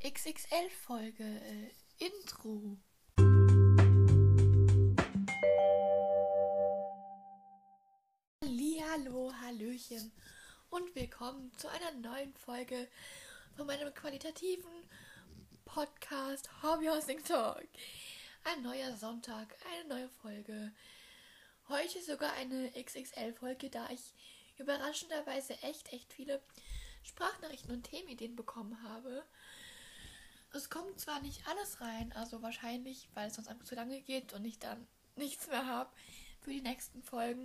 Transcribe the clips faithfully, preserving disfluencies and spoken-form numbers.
X X L-Folge, äh, Intro. Hallihallo, Hallöchen und willkommen zu einer neuen Folge von meinem qualitativen Podcast Hobby Housing Talk. Ein neuer Sonntag, eine neue Folge. Heute sogar eine X X L-Folge, da ich überraschenderweise echt, echt viele Sprachnachrichten und Themenideen bekommen habe. Es kommt zwar nicht alles rein, also wahrscheinlich, weil es sonst einfach zu lange geht und ich dann nichts mehr habe für die nächsten Folgen.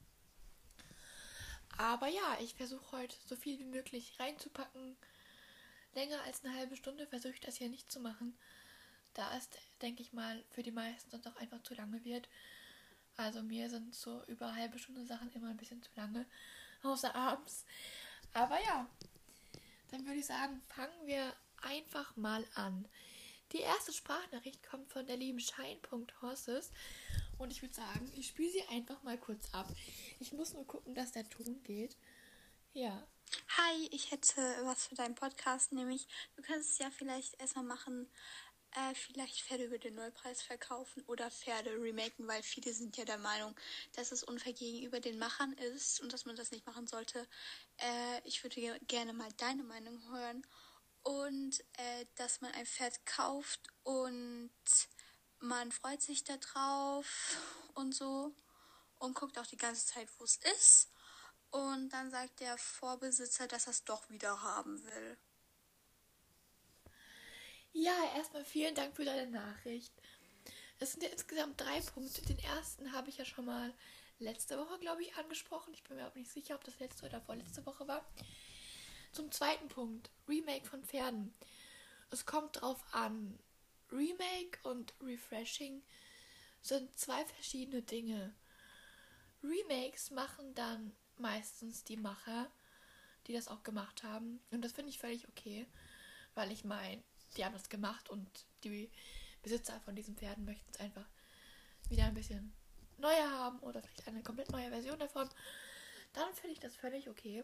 Aber ja, ich versuche heute so viel wie möglich reinzupacken. Länger als eine halbe Stunde versuche ich das hier nicht zu machen, da es, denke ich mal, für die meisten sonst auch einfach zu lange wird. Also mir sind so über eine halbe Stunde Sachen immer ein bisschen zu lange, außer abends. Aber ja, dann würde ich sagen, fangen wir einfach mal an. Die erste Sprachnachricht kommt von der lieben Shine.horses und ich würde sagen, ich spiele sie einfach mal kurz ab. Ich muss nur gucken, dass der Ton geht. Ja. Hi, ich hätte was für deinen Podcast, nämlich du kannst es ja vielleicht erstmal machen, äh, vielleicht Pferde über den Neupreis verkaufen oder Pferde remaken, weil viele sind ja der Meinung, dass es unfair gegenüber den Machern ist und dass man das nicht machen sollte. Äh, ich würde ge- gerne mal deine Meinung hören und äh, dass man ein Pferd kauft und man freut sich da drauf und so und guckt auch die ganze Zeit, wo es ist. Und dann sagt der Vorbesitzer, dass er es doch wieder haben will. Ja, erstmal vielen Dank für deine Nachricht. Es sind ja insgesamt drei Punkte. Den ersten habe ich ja schon mal letzte Woche, glaube ich, angesprochen. Ich bin mir aber nicht sicher, ob das letzte oder vorletzte Woche war. Zum zweiten Punkt, Remake von Pferden. Es kommt drauf an. Remake und Refreshing sind zwei verschiedene Dinge. Remakes machen dann meistens die Macher, die das auch gemacht haben. Und das finde ich völlig okay, weil ich meine, die haben das gemacht und die Besitzer von diesen Pferden möchten es einfach wieder ein bisschen neuer haben oder vielleicht eine komplett neue Version davon. Dann finde ich das völlig okay.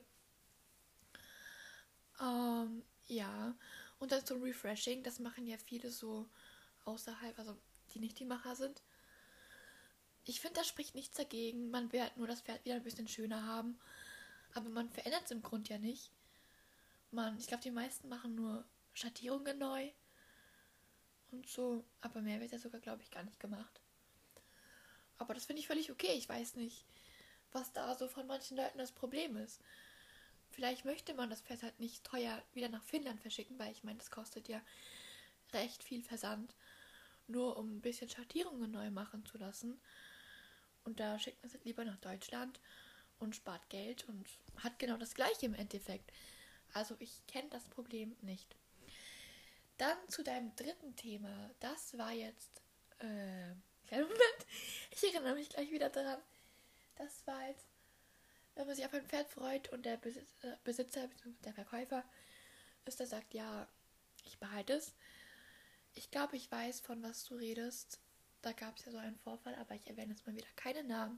Ähm, ja. Und dann zum Refreshing, das machen ja viele so außerhalb, also die nicht die Macher sind. Ich finde, da spricht nichts dagegen. Man will halt nur das Pferd wieder ein bisschen schöner haben. Aber man verändert es im Grund ja nicht. Man, ich glaube, die meisten machen nur Schattierungen neu und so. Aber mehr wird ja sogar, glaube ich, gar nicht gemacht. Aber das finde ich völlig okay. Ich weiß nicht, was da so von manchen Leuten das Problem ist. Vielleicht möchte man das Pferd halt nicht teuer wieder nach Finnland verschicken, weil ich meine, das kostet ja recht viel Versand. Nur um ein bisschen Schattierungen neu machen zu lassen. Und da schickt man es halt lieber nach Deutschland und spart Geld und hat genau das Gleiche im Endeffekt. Also ich kenne das Problem nicht. Dann zu deinem dritten Thema. Das war jetzt... Äh, kleinen Moment. Ich erinnere mich gleich wieder daran. Das war jetzt, wenn man sich auf ein Pferd freut und der Besitzer, Besitzer bzw. der Verkäufer ist, der sagt, ja, ich behalte es. Ich glaube, ich weiß, von was du redest. Da gab es ja so einen Vorfall, aber ich erwähne jetzt mal wieder keine Namen.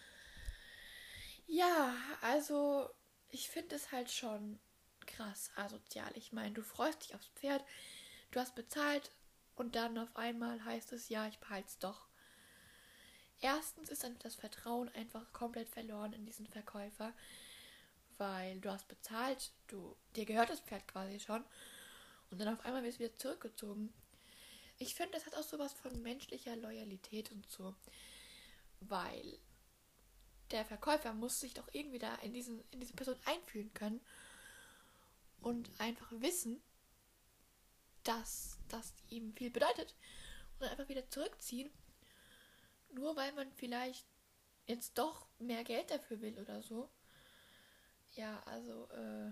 Ja, also ich finde es halt schon krass asozial. Ich meine, du freust dich aufs Pferd, du hast bezahlt und dann auf einmal heißt es, ja, ich behalte es doch. Erstens ist dann das Vertrauen einfach komplett verloren in diesen Verkäufer, weil du hast bezahlt, du, dir gehört das Pferd quasi schon und dann auf einmal wirst du wieder zurückgezogen. Ich finde, das hat auch sowas von menschlicher Loyalität und so, weil der Verkäufer muss sich doch irgendwie da in, diesen, in diese Person einfühlen können und einfach wissen, dass das ihm viel bedeutet und einfach wieder zurückziehen, nur weil man vielleicht jetzt doch mehr Geld dafür will oder so. Ja, also, äh,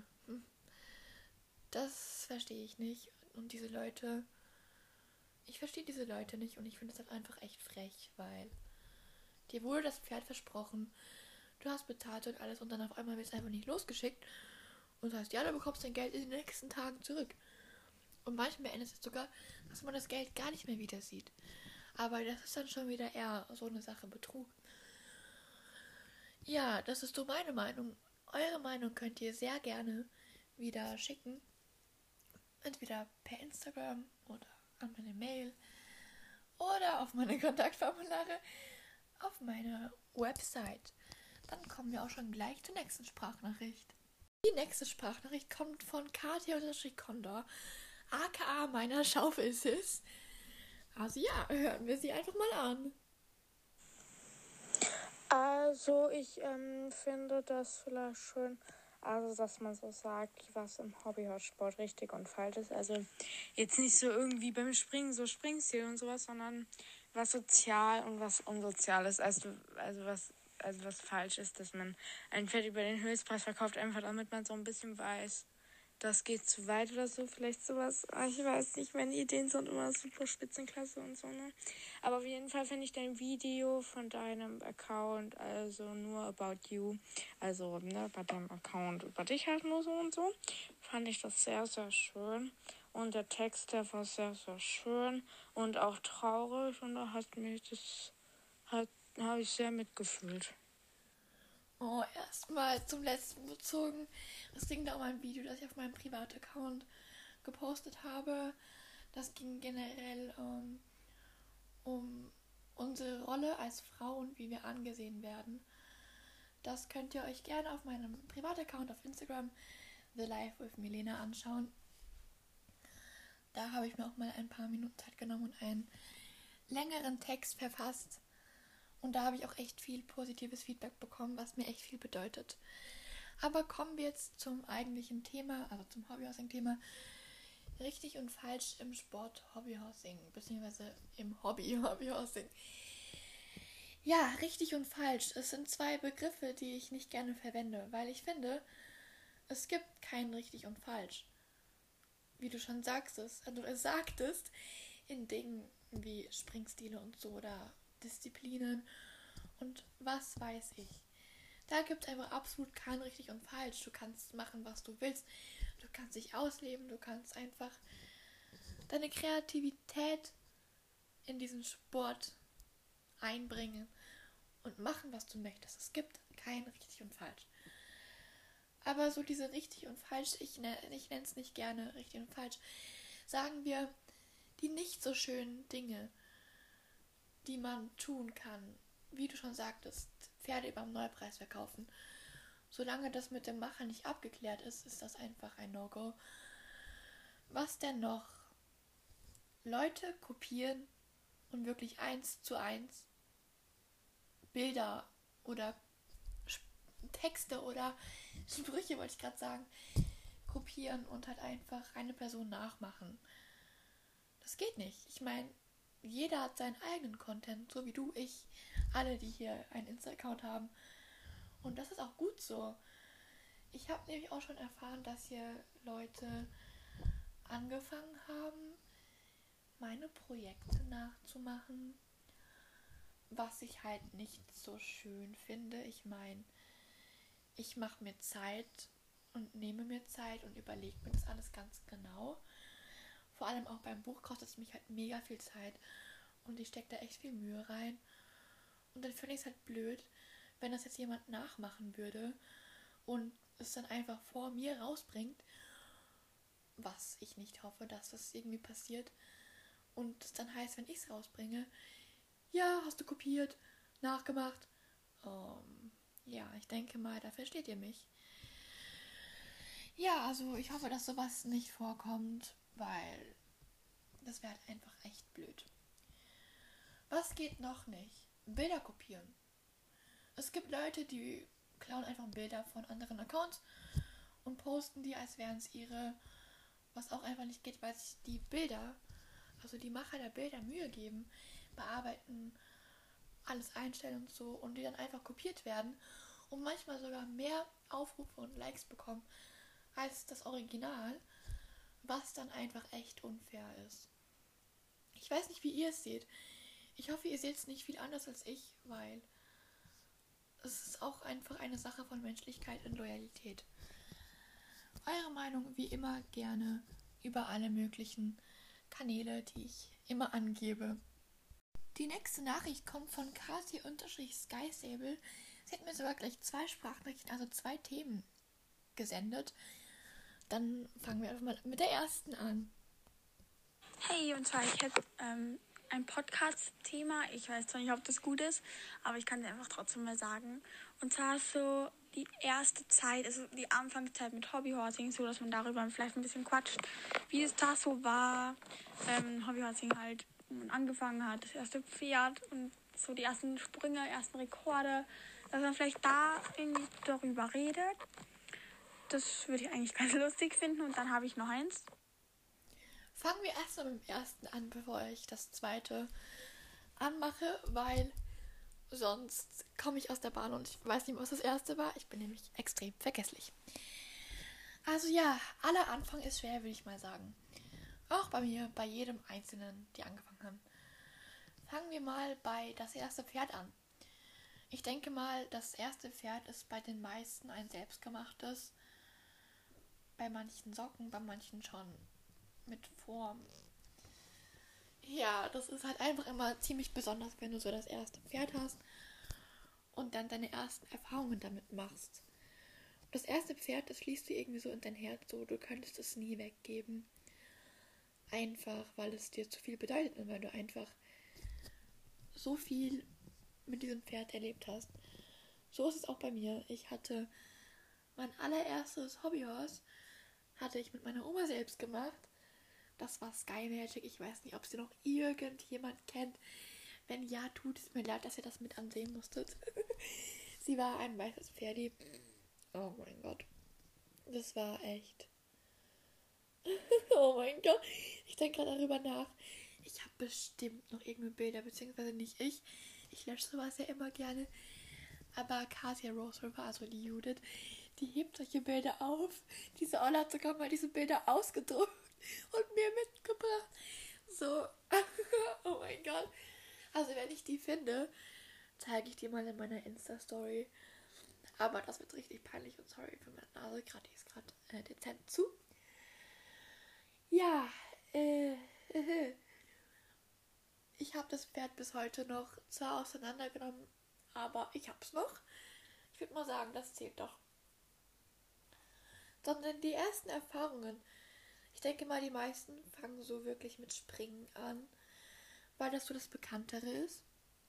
das verstehe ich nicht. Und diese Leute, ich verstehe diese Leute nicht und ich finde es halt einfach echt frech, weil dir wurde das Pferd versprochen, du hast bezahlt und alles und dann auf einmal wird es einfach nicht losgeschickt und heißt, ja, du bekommst dein Geld in den nächsten Tagen zurück. Und manchmal endet es sogar, dass man das Geld gar nicht mehr wieder sieht. Aber das ist dann schon wieder eher so eine Sache Betrug. Ja, das ist so meine Meinung. Eure Meinung könnt ihr sehr gerne wieder schicken. Entweder per Instagram oder an meine Mail oder auf meine Kontaktformulare auf meine Website. Dann kommen wir auch schon gleich zur nächsten Sprachnachricht. Die nächste Sprachnachricht kommt von Katia-Condor, aka meiner Schaufel-Sis. Also ja, hören wir sie einfach mal an. Also ich ähm, finde das vielleicht schön, also dass man so sagt, was im Hobbyhorse-Sport richtig und falsch ist. Also jetzt nicht so irgendwie beim Springen so Springstil und sowas, sondern was sozial und was unsozial ist. Also, also was also was falsch ist, dass man ein Pferd über den Höchstpreis verkauft, einfach damit man so ein bisschen weiß, das geht zu weit oder so, vielleicht sowas. Ich weiß nicht, meine Ideen sind immer super Spitzenklasse und so, ne? Aber auf jeden Fall finde ich dein Video von deinem Account, also nur about you, also ne, bei deinem Account über dich halt nur so und so, fand ich das sehr, sehr schön. Und der Text, der war sehr, sehr schön und auch traurig und da hat mich das, hat, habe ich sehr mitgefühlt. Oh, erstmal zum letzten bezogen. Es ging da um ein Video, das ich auf meinem Privataccount gepostet habe. Das ging generell ähm, um unsere Rolle als Frau und wie wir angesehen werden. Das könnt ihr euch gerne auf meinem Privataccount auf Instagram The Life with Milena anschauen. Da habe ich mir auch mal ein paar Minuten Zeit genommen und einen längeren Text verfasst. Und da habe ich auch echt viel positives Feedback bekommen, was mir echt viel bedeutet. Aber kommen wir jetzt zum eigentlichen Thema, also zum Hobbyhorsing-Thema. Richtig und falsch im Sport Hobbyhorsing, beziehungsweise im Hobby Hobbyhorsing. Ja, richtig und falsch. Es sind zwei Begriffe, die ich nicht gerne verwende, weil ich finde, es gibt kein richtig und falsch. Wie du schon sagtest, also du sagtest, in Dingen wie Springstile und so oder Disziplinen und was weiß ich. Da gibt es einfach absolut kein richtig und falsch. Du kannst machen, was du willst. Du kannst dich ausleben. Du kannst einfach deine Kreativität in diesen Sport einbringen und machen, was du möchtest. Es gibt kein richtig und falsch. Aber so diese richtig und falsch, ich, ich nenne es nicht gerne richtig und falsch, sagen wir die nicht so schönen Dinge, die man tun kann. Wie du schon sagtest, Pferde über dem Neupreis verkaufen. Solange das mit dem Machen nicht abgeklärt ist, ist das einfach ein No-Go. Was denn noch? Leute kopieren und wirklich eins zu eins Bilder oder Texte oder Sprüche, wollte ich gerade sagen, kopieren und halt einfach eine Person nachmachen. Das geht nicht. Ich meine, jeder hat seinen eigenen Content, so wie du, ich, alle, die hier einen Insta-Account haben. Und das ist auch gut so. Ich habe nämlich auch schon erfahren, dass hier Leute angefangen haben, meine Projekte nachzumachen, was ich halt nicht so schön finde. Ich meine, ich mache mir Zeit und nehme mir Zeit und überlege mir das alles ganz genau. Vor allem auch beim Buch kostet es mich halt mega viel Zeit und ich stecke da echt viel Mühe rein. Und dann finde ich es halt blöd, wenn das jetzt jemand nachmachen würde und es dann einfach vor mir rausbringt, was ich nicht hoffe, dass das irgendwie passiert. Und es dann heißt, wenn ich es rausbringe, ja, hast du kopiert, nachgemacht. Um, ja, ich denke mal, da versteht ihr mich. Ja, also ich hoffe, dass sowas nicht vorkommt, weil das wäre halt einfach echt blöd. Was geht noch nicht? Bilder kopieren. Es gibt Leute, die klauen einfach Bilder von anderen Accounts und posten die, als wären es ihre, was auch einfach nicht geht, weil sich die Bilder, also die Macher der Bilder Mühe geben, bearbeiten, alles einstellen und so und die dann einfach kopiert werden und manchmal sogar mehr Aufrufe und Likes bekommen als das Original, was dann einfach echt unfair ist. Ich weiß nicht, wie ihr es seht. Ich hoffe, ihr seht es nicht viel anders als ich, weil es ist auch einfach eine Sache von Menschlichkeit und Loyalität. Eure Meinung wie immer gerne über alle möglichen Kanäle, die ich immer angebe. Die nächste Nachricht kommt von Kasi-Skysable. Sie hat mir sogar gleich zwei Sprachnachrichten, also zwei Themen gesendet. Dann fangen wir einfach mal mit der ersten an. Idee, und zwar ich hätte ähm, ein Podcast-Thema. Ich weiß zwar nicht, ob das gut ist, aber ich kann es einfach trotzdem mal sagen. Und zwar so die erste Zeit, also die Anfangszeit mit Hobbyhorsing, so dass man darüber vielleicht ein bisschen quatscht, wie es da so war. Ähm, Hobbyhorsing halt, wo man angefangen hat, das erste Pferd und so die ersten Sprünge, ersten Rekorde, dass man vielleicht da irgendwie darüber redet. Das würde ich eigentlich ganz lustig finden. Und dann habe ich noch eins. Fangen wir erst mal mit dem ersten an, bevor ich das zweite anmache, weil sonst komme ich aus der Bahn und ich weiß nicht mehr, was das erste war. Ich bin nämlich extrem vergesslich. Also ja, aller Anfang ist schwer, würde ich mal sagen. Auch bei mir, bei jedem Einzelnen, die angefangen haben. Fangen wir mal bei das erste Pferd an. Ich denke mal, das erste Pferd ist bei den meisten ein selbstgemachtes. Bei manchen Socken, bei manchen schon mit Form. Ja, das ist halt einfach immer ziemlich besonders, wenn du so das erste Pferd hast und dann deine ersten Erfahrungen damit machst. Das erste Pferd, das schließt du irgendwie so in dein Herz, so du könntest es nie weggeben. Einfach, weil es dir zu viel bedeutet und weil du einfach so viel mit diesem Pferd erlebt hast. So ist es auch bei mir. Ich hatte mein allererstes Hobbyhorse, hatte ich mit meiner Oma selbst gemacht. Das war Sky Magic. Ich weiß nicht, ob sie noch irgendjemand kennt. Wenn ja, tut es mir leid, dass ihr das mit ansehen musstet. Sie war ein weißes Pferdi. Oh mein Gott. Das war echt. Oh mein Gott. Ich denke gerade darüber nach. Ich habe bestimmt noch irgendeine Bilder, beziehungsweise nicht ich. Ich lösche sowas ja immer gerne. Aber Kasia Rose River, also die Judith, die hebt solche Bilder auf. Diese Olle hat sogar mal diese Bilder ausgedruckt und mir mitgebracht. So. Oh mein Gott. Also wenn ich die finde, zeige ich die mal in meiner Insta-Story. Aber das wird richtig peinlich und sorry für meine Nase. Gerade die ist gerade äh, dezent zu. Ja, äh, äh, ich habe das Pferd bis heute noch zwar auseinandergenommen, aber ich hab's noch. Ich würde mal sagen, das zählt doch. Sondern die ersten Erfahrungen. Ich denke mal, die meisten fangen so wirklich mit Springen an, weil das so das Bekanntere ist.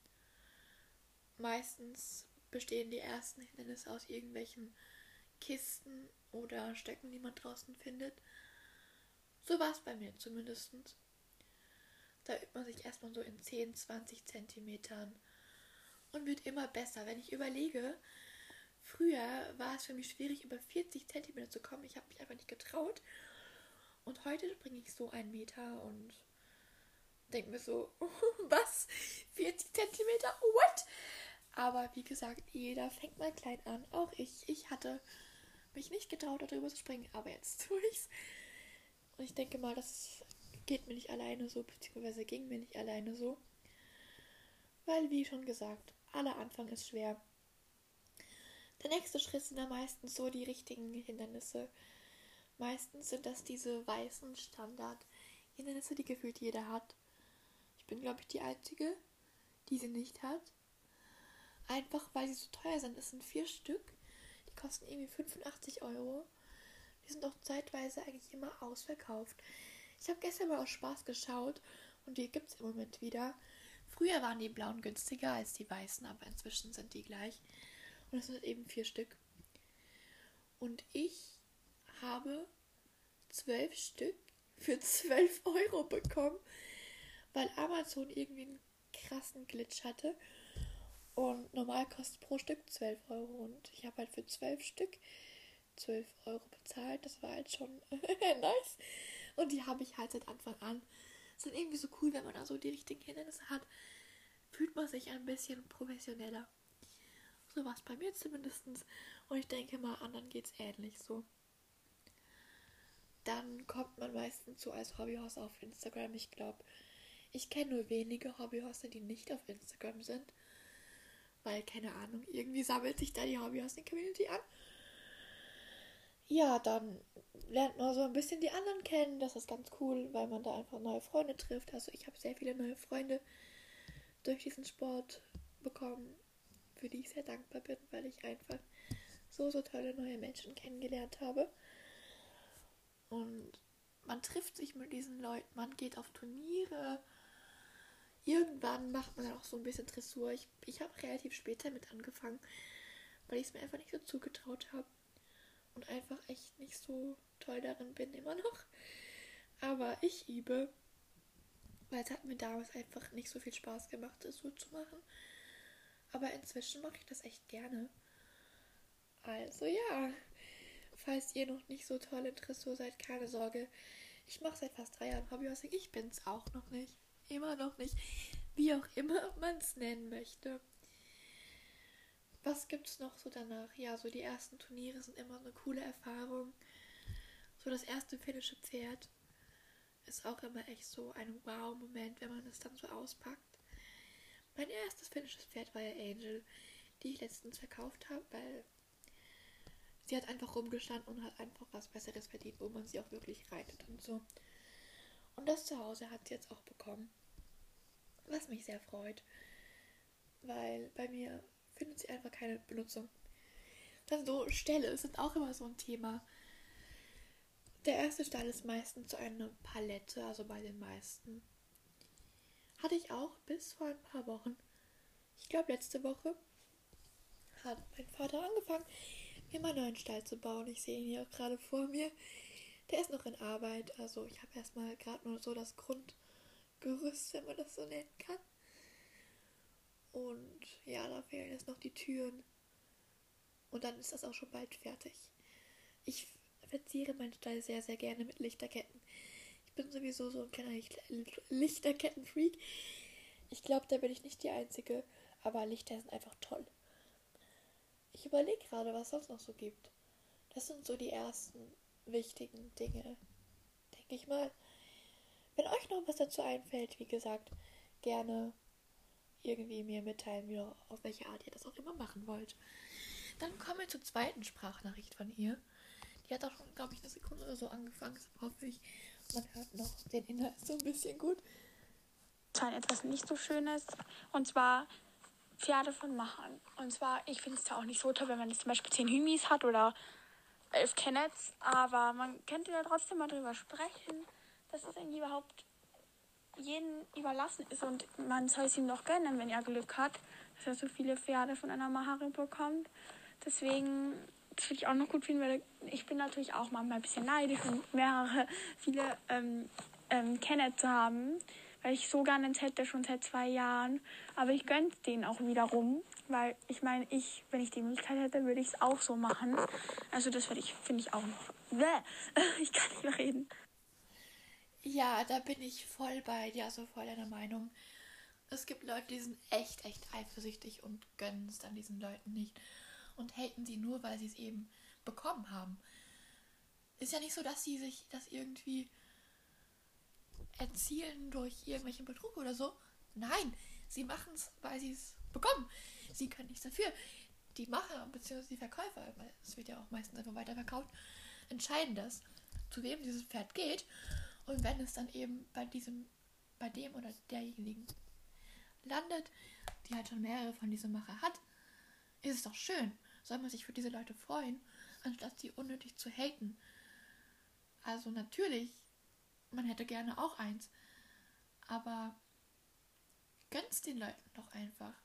Meistens bestehen die ersten Hindernisse aus irgendwelchen Kisten oder Stöcken, die man draußen findet. So war es bei mir zumindest. Da übt man sich erstmal so in zehn, zwanzig Zentimetern und wird immer besser. Wenn ich überlege, früher war es für mich schwierig, über vierzig Zentimeter zu kommen. Ich habe mich einfach nicht getraut. Und heute springe ich so einen Meter und denke mir so, was? vierzig Zentimeter? What? Aber wie gesagt, jeder fängt mal klein an. Auch ich. Ich hatte mich nicht getraut, darüber zu springen, aber jetzt tue ich's. Und ich denke mal, das geht mir nicht alleine so, beziehungsweise ging mir nicht alleine so. Weil, wie schon gesagt, aller Anfang ist schwer. Der nächste Schritt sind dann meistens so die richtigen Hindernisse. Meistens sind das diese weißen Standard-Hindernisse, die gefühlt jeder hat. Ich bin, glaube ich, die Einzige, die sie nicht hat. Einfach, weil sie so teuer sind. Es sind vier Stück. Die kosten irgendwie fünfundachtzig Euro. Die sind auch zeitweise eigentlich immer ausverkauft. Ich habe gestern mal aus Spaß geschaut und die gibt es im Moment wieder. Früher waren die blauen günstiger als die weißen, aber inzwischen sind die gleich. Und es sind eben vier Stück. Und ich habe zwölf Stück für zwölf Euro bekommen, weil Amazon irgendwie einen krassen Glitch hatte. Und normal kostet pro Stück zwölf Euro. Und ich habe halt für zwölf Stück zwölf Euro bezahlt. Das war halt schon nice. Und die habe ich halt seit Anfang an. Das ist irgendwie so cool, wenn man da so die richtigen Hindernisse hat. Fühlt man sich ein bisschen professioneller. So war es bei mir zumindest. Und ich denke mal, anderen geht es ähnlich so. Dann kommt man meistens so als Hobbyhorse auf Instagram. Ich glaube, ich kenne nur wenige Hobbyhorse, die nicht auf Instagram sind. Weil, keine Ahnung, irgendwie sammelt sich da die Hobbyhorsing-Community an. Ja, dann lernt man so ein bisschen die anderen kennen. Das ist ganz cool, weil man da einfach neue Freunde trifft. Also ich habe sehr viele neue Freunde durch diesen Sport bekommen, für die ich sehr dankbar bin, weil ich einfach so, so tolle neue Menschen kennengelernt habe. Und man trifft sich mit diesen Leuten, man geht auf Turniere. Irgendwann macht man dann auch so ein bisschen Dressur. Ich, ich habe relativ spät damit angefangen, weil ich es mir einfach nicht so zugetraut habe. Und einfach echt nicht so toll darin bin, immer noch. Aber ich übe, weil es hat mir damals einfach nicht so viel Spaß gemacht, das so zu machen. Aber inzwischen mache ich das echt gerne. Also ja, falls ihr noch nicht so toll in Dressur seid, keine Sorge. Ich mache seit fast drei Jahren Hobbyhorsing. Ich bin es auch noch nicht. Immer noch nicht. Wie auch immer man es nennen möchte. Was gibt's noch so danach? Ja, so die ersten Turniere sind immer eine coole Erfahrung. So das erste finnische Pferd ist auch immer echt so ein Wow-Moment, wenn man es dann so auspackt. Mein erstes finnisches Pferd war ja Angel, die ich letztens verkauft habe, weil sie hat einfach rumgestanden und hat einfach was Besseres verdient, wo man sie auch wirklich reitet und so. Und das zu Hause hat sie jetzt auch bekommen. Was mich sehr freut, weil bei mir findet sie einfach keine Benutzung. Dann so Ställe sind auch immer so ein Thema. Der erste Stall ist meistens so eine Palette, also bei den meisten. Hatte ich auch bis vor ein paar Wochen. Ich glaube letzte Woche hat mein Vater angefangen, mir meinen neuen Stall zu bauen. Ich sehe ihn hier auch gerade vor mir. Der ist noch in Arbeit, also ich habe erstmal gerade nur so das Grundgerüst, wenn man das so nennen kann. Und ja, da fehlen jetzt noch die Türen. Und dann ist das auch schon bald fertig. Ich verziere meinen Stall sehr, sehr gerne mit Lichterketten. Ich bin sowieso so ein kleiner Lichterketten-Freak. Ich glaube, da bin ich nicht die Einzige. Aber Lichter sind einfach toll. Ich überlege gerade, was sonst noch so gibt. Das sind so die ersten wichtigen Dinge, denke ich mal. Wenn euch noch was dazu einfällt, wie gesagt, gerne irgendwie mir mitteilen, wie, auf welche Art ihr das auch immer machen wollt. Dann kommen wir zur zweiten Sprachnachricht von ihr. Die hat auch schon, glaube ich, eine Sekunde oder so angefangen, das hoffe ich. Man hört noch den Inhalt so ein bisschen gut. Etwas nicht so Schönes, und zwar Pferde von Machern. Und zwar, ich finde es ja auch nicht so toll, wenn man jetzt zum Beispiel zehn Hymis hat oder elf Kennets, aber man könnte ja trotzdem mal drüber sprechen, dass es irgendwie überhaupt jeden überlassen ist und man soll es ihm doch gönnen, wenn er Glück hat, dass er so viele Pferde von einer Macherin bekommt. Deswegen, das würde ich auch noch gut finden, weil ich bin natürlich auch manchmal ein bisschen neidisch und mehrere, viele ähm, ähm, Kennets zu haben, weil ich so gerne eins hätte, schon seit zwei Jahren. Aber ich gönne es denen auch wiederum, weil ich meine, ich, wenn ich die Möglichkeit hätte, würde ich es auch so machen. Also das würde ich, finde ich auch noch. Bäh, ich kann nicht mehr reden. Ja, da bin ich voll bei dir, also voll deiner Meinung. Es gibt Leute, die sind echt, echt eifersüchtig und gönnen es dann diesen Leuten nicht. Und haten sie nur, weil sie es eben bekommen haben. Ist ja nicht so, dass sie sich das irgendwie erzielen durch irgendwelchen Betrug oder so. Nein, sie machen es, weil sie es bekommen. Sie können nichts dafür. Die Macher bzw. die Verkäufer, weil es wird ja auch meistens einfach weiterverkauft, entscheiden das, zu wem dieses Pferd geht. Und wenn es dann eben bei diesem, bei dem oder derjenigen landet, die halt schon mehrere von diesem Macher hat, ist es doch schön. Soll man sich für diese Leute freuen, anstatt sie unnötig zu haten. Also natürlich, man hätte gerne auch eins. Aber gönn's den Leuten doch einfach.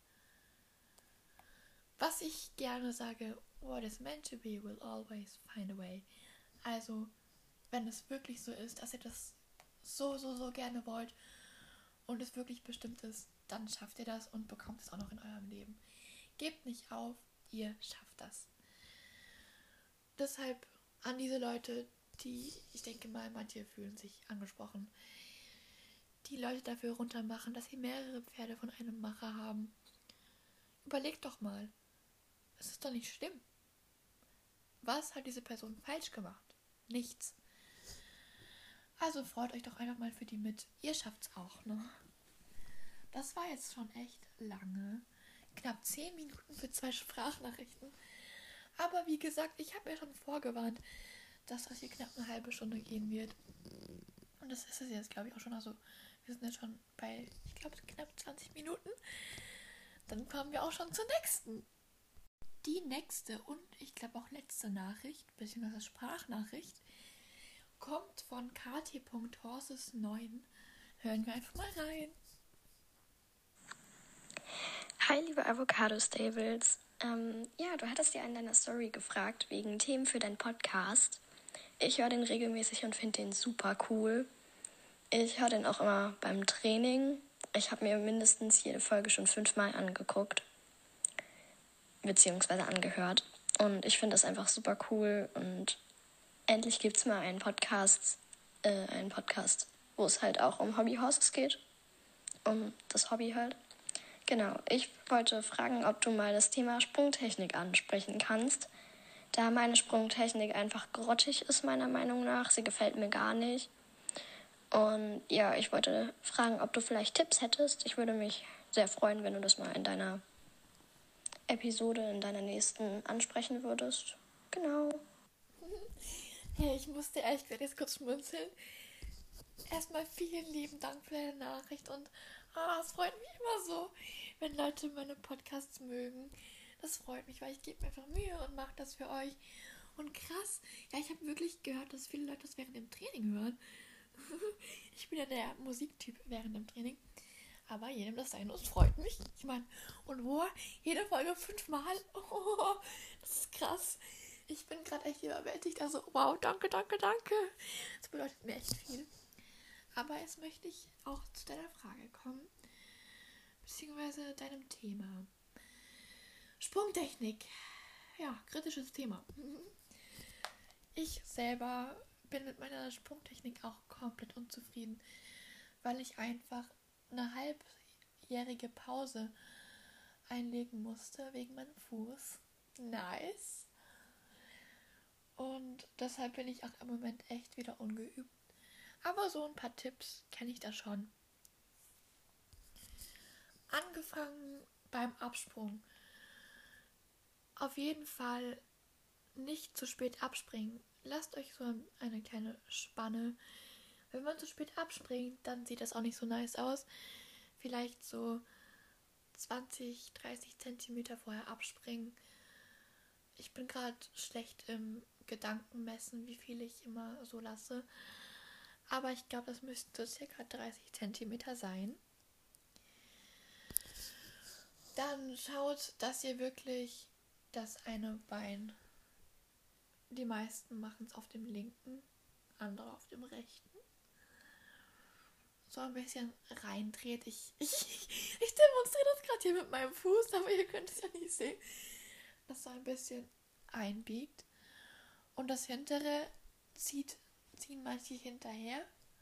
Was ich gerne sage, what is meant to be will always find a way. Also, wenn es wirklich so ist, dass ihr das so, so, so gerne wollt und es wirklich bestimmt ist, dann schafft ihr das und bekommt es auch noch in eurem Leben. Gebt nicht auf, ihr schafft das. Deshalb an diese Leute, die, ich denke mal, manche fühlen sich angesprochen, die Leute dafür runtermachen, dass sie mehrere Pferde von einem Macher haben. Überlegt doch mal. Es ist doch nicht schlimm. Was hat diese Person falsch gemacht? Nichts. Also freut euch doch einfach mal für die mit. Ihr schafft's auch noch. Das war jetzt schon echt lange. Knapp zehn Minuten für zwei Sprachnachrichten. Aber wie gesagt, ich habe mir schon vorgewarnt, dass das hier knapp eine halbe Stunde gehen wird. Und das ist es jetzt, glaube ich, auch schon. Also wir sind jetzt schon bei, ich glaube, knapp zwanzig Minuten. Dann kommen wir auch schon zur nächsten. Die nächste und ich glaube auch letzte Nachricht, beziehungsweise Sprachnachricht, kommt von kati.horses neun. Hören wir einfach mal rein. Hi, liebe Avocado-Stables. Ähm, ja, du hattest ja in deiner Story gefragt wegen Themen für deinen Podcast. Ich höre den regelmäßig und finde den super cool. Ich höre den auch immer beim Training. Ich habe mir mindestens jede Folge schon fünfmal angeguckt. Beziehungsweise angehört. Und ich finde das einfach super cool. Und endlich gibt es mal einen Podcast, äh, einen Podcast, wo es halt auch um Hobby Horses geht. Um das Hobby halt. Genau, ich wollte fragen, ob du mal das Thema Sprungtechnik ansprechen kannst. Da meine Sprungtechnik einfach grottig ist, meiner Meinung nach. Sie gefällt mir gar nicht. Und ja, ich wollte fragen, ob du vielleicht Tipps hättest. Ich würde mich sehr freuen, wenn du das mal in deiner Episode, in deiner nächsten ansprechen würdest. Genau. Hey, ich musste echt jetzt kurz schmunzeln. Erstmal vielen lieben Dank für deine Nachricht und ah, es freut mich immer so, wenn Leute meine Podcasts mögen. Das freut mich, weil ich gebe mir einfach Mühe und mache das für euch. Und krass, ja, ich habe wirklich gehört, dass viele Leute das während dem Training hören. Ich bin ja der Musiktyp während dem Training. Aber jedem das sein muss, freut mich. Ich meine, und wo? Jede Folge fünfmal? Oh, das ist krass. Ich bin gerade echt überwältigt. Also, wow, danke, danke, danke. Das bedeutet mir echt viel. Aber jetzt möchte ich auch zu deiner Frage kommen. Beziehungsweise deinem Thema. Sprungtechnik. Ja, kritisches Thema. Ich selber bin mit meiner Sprungtechnik auch komplett unzufrieden, weil ich einfach eine halbjährige Pause einlegen musste wegen meinem Fuß. Nice. Und deshalb bin ich auch im Moment echt wieder ungeübt. Aber so ein paar Tipps kenne ich da schon. Angefangen beim Absprung. Auf jeden Fall nicht zu spät abspringen. Lasst euch so eine kleine Spanne. Wenn man zu spät abspringt, dann sieht das auch nicht so nice aus. Vielleicht so zwanzig, dreißig Zentimeter vorher abspringen. Ich bin gerade schlecht im Gedankenmessen, wie viel ich immer so lasse. Aber ich glaube, das müssten so circa dreißig Zentimeter sein. Dann schaut, dass ihr wirklich das eine Bein, die meisten machen es auf dem linken, andere auf dem rechten, so ein bisschen reindreht. Ich, ich, ich demonstriere das gerade hier mit meinem Fuß, aber ihr könnt es ja nicht sehen. Das so ein bisschen einbiegt. Und das hintere zieht, ziehen manche hinterher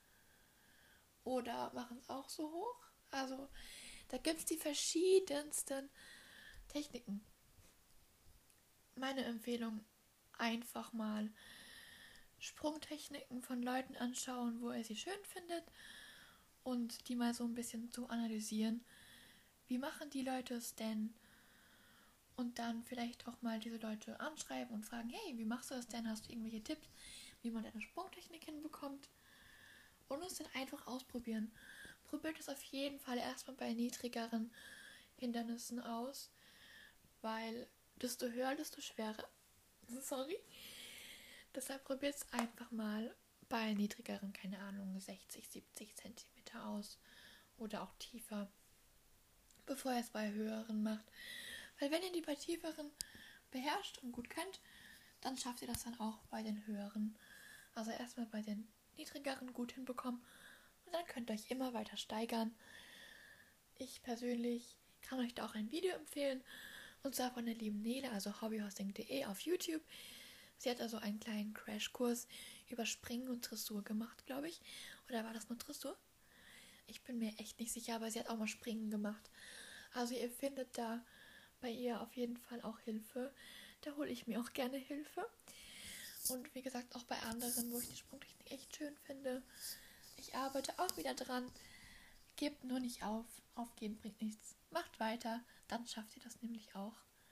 oder machen es auch so hoch. Also da gibt es die verschiedensten Techniken. Meine Empfehlung, einfach mal Sprungtechniken von Leuten anschauen, wo ihr sie schön findet und die mal so ein bisschen zu analysieren. Wie machen die Leute es denn? Und dann vielleicht auch mal diese Leute anschreiben und fragen, hey, wie machst du das denn? Hast du irgendwelche Tipps, wie man deine Sprungtechnik hinbekommt? Und es dann einfach ausprobieren. Probiert es auf jeden Fall erstmal bei niedrigeren Hindernissen aus, weil desto höher, desto schwerer. Sorry. Deshalb probiert es einfach mal bei niedrigeren, keine Ahnung, sechzig, siebzig Zentimeter aus oder auch tiefer, bevor ihr es bei höheren macht. Weil wenn ihr die bei tieferen beherrscht und gut könnt, dann schafft ihr das dann auch bei den höheren. Also erstmal bei den niedrigeren gut hinbekommen und dann könnt ihr euch immer weiter steigern. Ich persönlich kann euch da auch ein Video empfehlen, und zwar von der lieben Nele, also hobbyhorsing punkt de auf YouTube. Sie hat also einen kleinen Crashkurs über Springen und Dressur gemacht, glaube ich. Oder war das nur Dressur? Ich bin mir echt nicht sicher, aber sie hat auch mal Springen gemacht. Also ihr findet da bei ihr auf jeden Fall auch Hilfe. Da hole ich mir auch gerne Hilfe. Und wie gesagt, auch bei anderen, wo ich die Sprungtechnik echt schön finde. Ich arbeite auch wieder dran. Gebt nur nicht auf. Aufgeben bringt nichts. Macht weiter, dann schafft ihr das nämlich auch.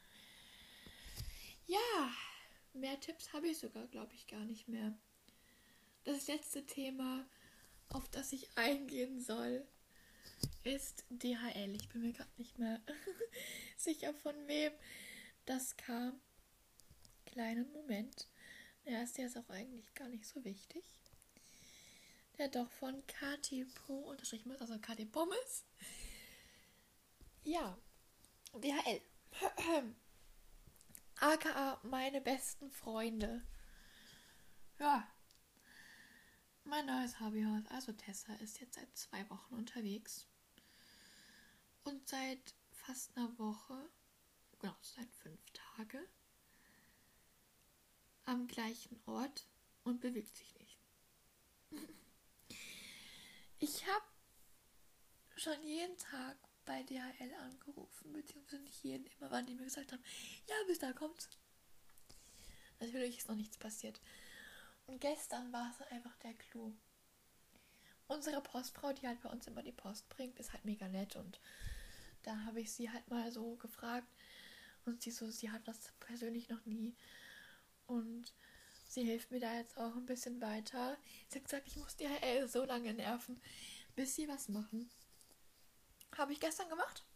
Ja, mehr Tipps habe ich sogar, glaube ich, gar nicht mehr. Das letzte Thema, auf das ich eingehen soll, ist D H L. Ich bin mir gerade nicht mehr sicher, von wem das kam. Kleinen Moment. Ja, ist ja auch eigentlich gar nicht so wichtig. der doch von Kati Pro unterstrichen ist, also Kati Pommes. Ja, D H L. aka meine besten Freunde. Ja, mein neues Hobbyhaus, also Tessa, ist jetzt seit zwei Wochen unterwegs. Und seit fast einer Woche, genau, seit fünf Tage, am gleichen Ort und bewegt sich nicht. Ich habe schon jeden Tag bei D H L angerufen, beziehungsweise nicht jeden, immer wann die mir gesagt haben, ja, bis da kommt's. Natürlich ist noch nichts passiert. Und gestern war es einfach der Clou. Unsere Postfrau, die halt bei uns immer die Post bringt, ist halt mega nett und da habe ich sie halt mal so gefragt und sie so, sie hat das persönlich noch nie und sie hilft mir da jetzt auch ein bisschen weiter. Sie hat gesagt, ich muss D H L so lange nerven, bis sie was machen. Habe ich gestern gemacht.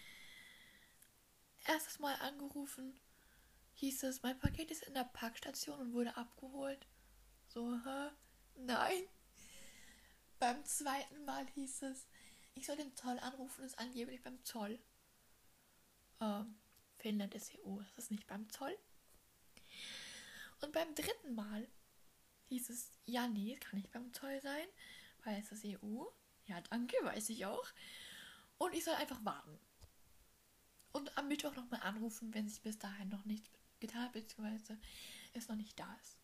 Erstes Mal angerufen, hieß es, mein Paket ist in der Packstation und wurde abgeholt. So, hä? Nein. Beim zweiten Mal hieß es, ich soll den Zoll anrufen, ist angeblich beim Zoll. Ähm, Finnland ist E U, das ist nicht beim Zoll. Und beim dritten Mal hieß es, ja, nee, es kann nicht beim Zoll sein, weil es ist E U. Ja, danke, weiß ich auch. Und ich soll einfach warten. Und am Mittwoch nochmal anrufen, wenn sich bis dahin noch nichts getan hat, beziehungsweise es noch nicht da ist.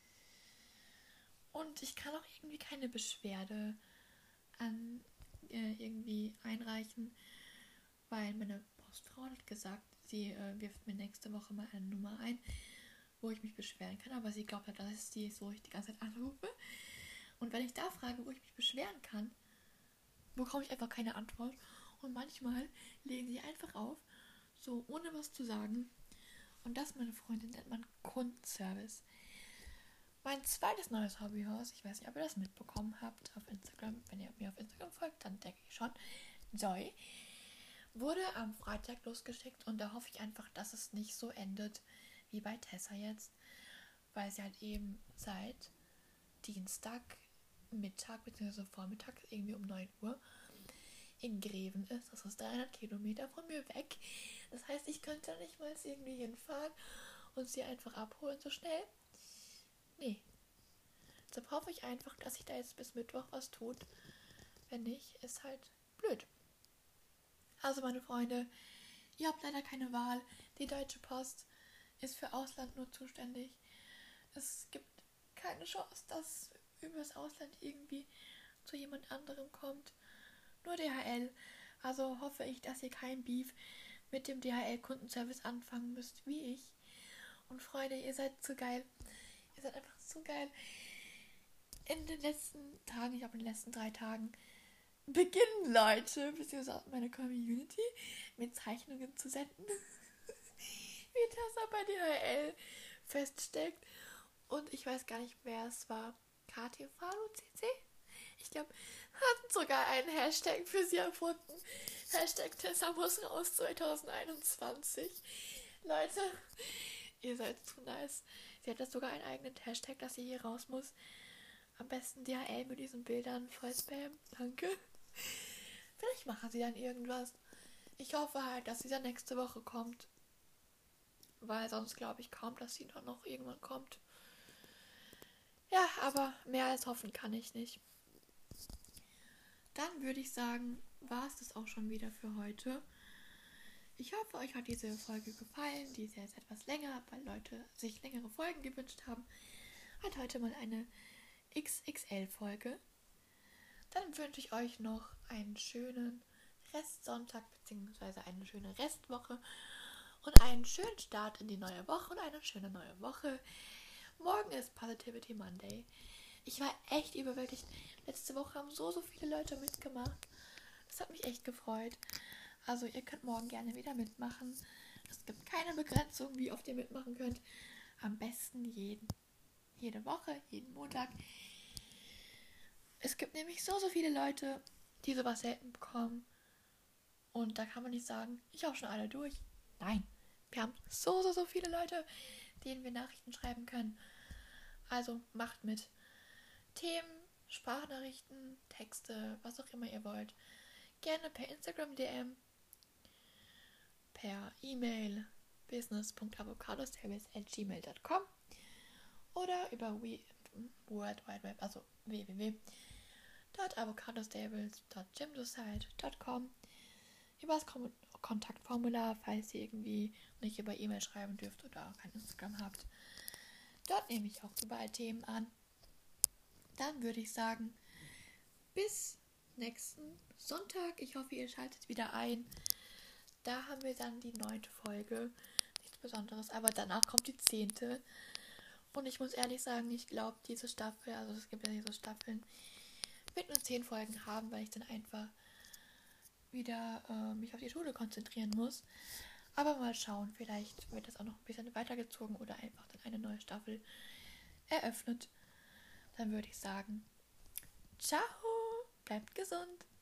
Und ich kann auch irgendwie keine Beschwerde an äh, irgendwie einreichen, weil meine Postfrau hat gesagt, sie äh, wirft mir nächste Woche mal eine Nummer ein, wo ich mich beschweren kann, aber sie glaubt halt, dass es die ist, wo ich die ganze Zeit anrufe. Und wenn ich da frage, wo ich mich beschweren kann, bekomme ich einfach keine Antwort. Und manchmal legen sie einfach auf, so ohne was zu sagen. Und das, meine Freundin, nennt man Kundenservice. Mein zweites neues Hobbyhaus, ich weiß nicht, ob ihr das mitbekommen habt auf Instagram. Wenn ihr mir auf Instagram folgt, dann denke ich schon. Joy wurde am Freitag losgeschickt und da hoffe ich einfach, dass es nicht so endet wie bei Tessa jetzt, weil sie halt eben seit Dienstag Mittag bzw. Vormittag irgendwie um neun Uhr in Greven ist. Das ist dreihundert Kilometer von mir weg. Das heißt, ich könnte nicht mal irgendwie hinfahren und sie einfach abholen so schnell. Nee. Deshalb hoffe ich einfach, dass sich da jetzt bis Mittwoch was tut. Wenn nicht, ist halt blöd. Also meine Freunde, ihr habt leider keine Wahl. Die Deutsche Post ist für Ausland nur zuständig. Es gibt keine Chance, dass übers Ausland irgendwie zu jemand anderem kommt. Nur D H L. Also hoffe ich, dass ihr kein Beef mit dem D H L-Kundenservice anfangen müsst, wie ich. Und Freunde, ihr seid so geil. Ihr seid einfach so geil. In den letzten Tagen, ich glaube in den letzten drei Tagen, beginnen Leute, beziehungsweise meine Community, mit Zeichnungen zu senden. Wie das bei D H L feststeckt. Und ich weiß gar nicht, wer es war. K T V C C? Ich glaube, hatten sogar einen Hashtag für sie erfunden. Hashtag Tessa muss raus zwanzig einundzwanzig. Leute, ihr seid zu nice. Sie hat jetzt sogar einen eigenen Hashtag, dass sie hier raus muss. Am besten D H L mit diesen Bildern voll Spam. Danke. Vielleicht machen sie dann irgendwas. Ich hoffe halt, dass sie dann nächste Woche kommt. Weil sonst glaube ich kaum, dass sie dann noch irgendwann kommt. Ja, aber mehr als hoffen kann ich nicht. Dann würde ich sagen, war es das auch schon wieder für heute. Ich hoffe, euch hat diese Folge gefallen. Die ist ja jetzt etwas länger, weil Leute sich längere Folgen gewünscht haben. Hat heute mal eine X X L-Folge. Dann wünsche ich euch noch einen schönen Restsonntag bzw. eine schöne Restwoche und einen schönen Start in die neue Woche und eine schöne neue Woche. Morgen ist Positivity Monday. Ich war echt überwältigt. Letzte Woche haben so, so viele Leute mitgemacht. Das hat mich echt gefreut. Also ihr könnt morgen gerne wieder mitmachen. Es gibt keine Begrenzung, wie oft ihr mitmachen könnt. Am besten jeden, jede Woche, jeden Montag. Es gibt nämlich so, so viele Leute, die sowas selten bekommen. Und da kann man nicht sagen, ich habe schon alle durch. Nein, wir haben so, so, so viele Leute, denen wir Nachrichten schreiben können. Also macht mit. Themen Sprachnachrichten, Texte, was auch immer ihr wollt. Gerne per Instagram D M, per E-Mail business punkt avocadostables at gmail punkt com oder über we, World Wide Web, also w w w punkt avocadostables punkt gymsociety punkt com, über das Kom- Kontaktformular, falls ihr irgendwie nicht über E-Mail schreiben dürft oder kein Instagram habt. Dort nehme ich auch überall Themen an. Dann würde ich sagen, bis nächsten Sonntag. Ich hoffe, ihr schaltet wieder ein. Da haben wir dann die neunte Folge. Nichts Besonderes, aber danach kommt die zehnte. Und ich muss ehrlich sagen, ich glaube, diese Staffel, also es gibt ja hier so Staffeln, wird nur zehn Folgen haben, weil ich dann einfach wieder äh, mich auf die Schule konzentrieren muss. Aber mal schauen, vielleicht wird das auch noch ein bisschen weitergezogen oder einfach dann eine neue Staffel eröffnet. Dann würde ich sagen, ciao, bleibt gesund.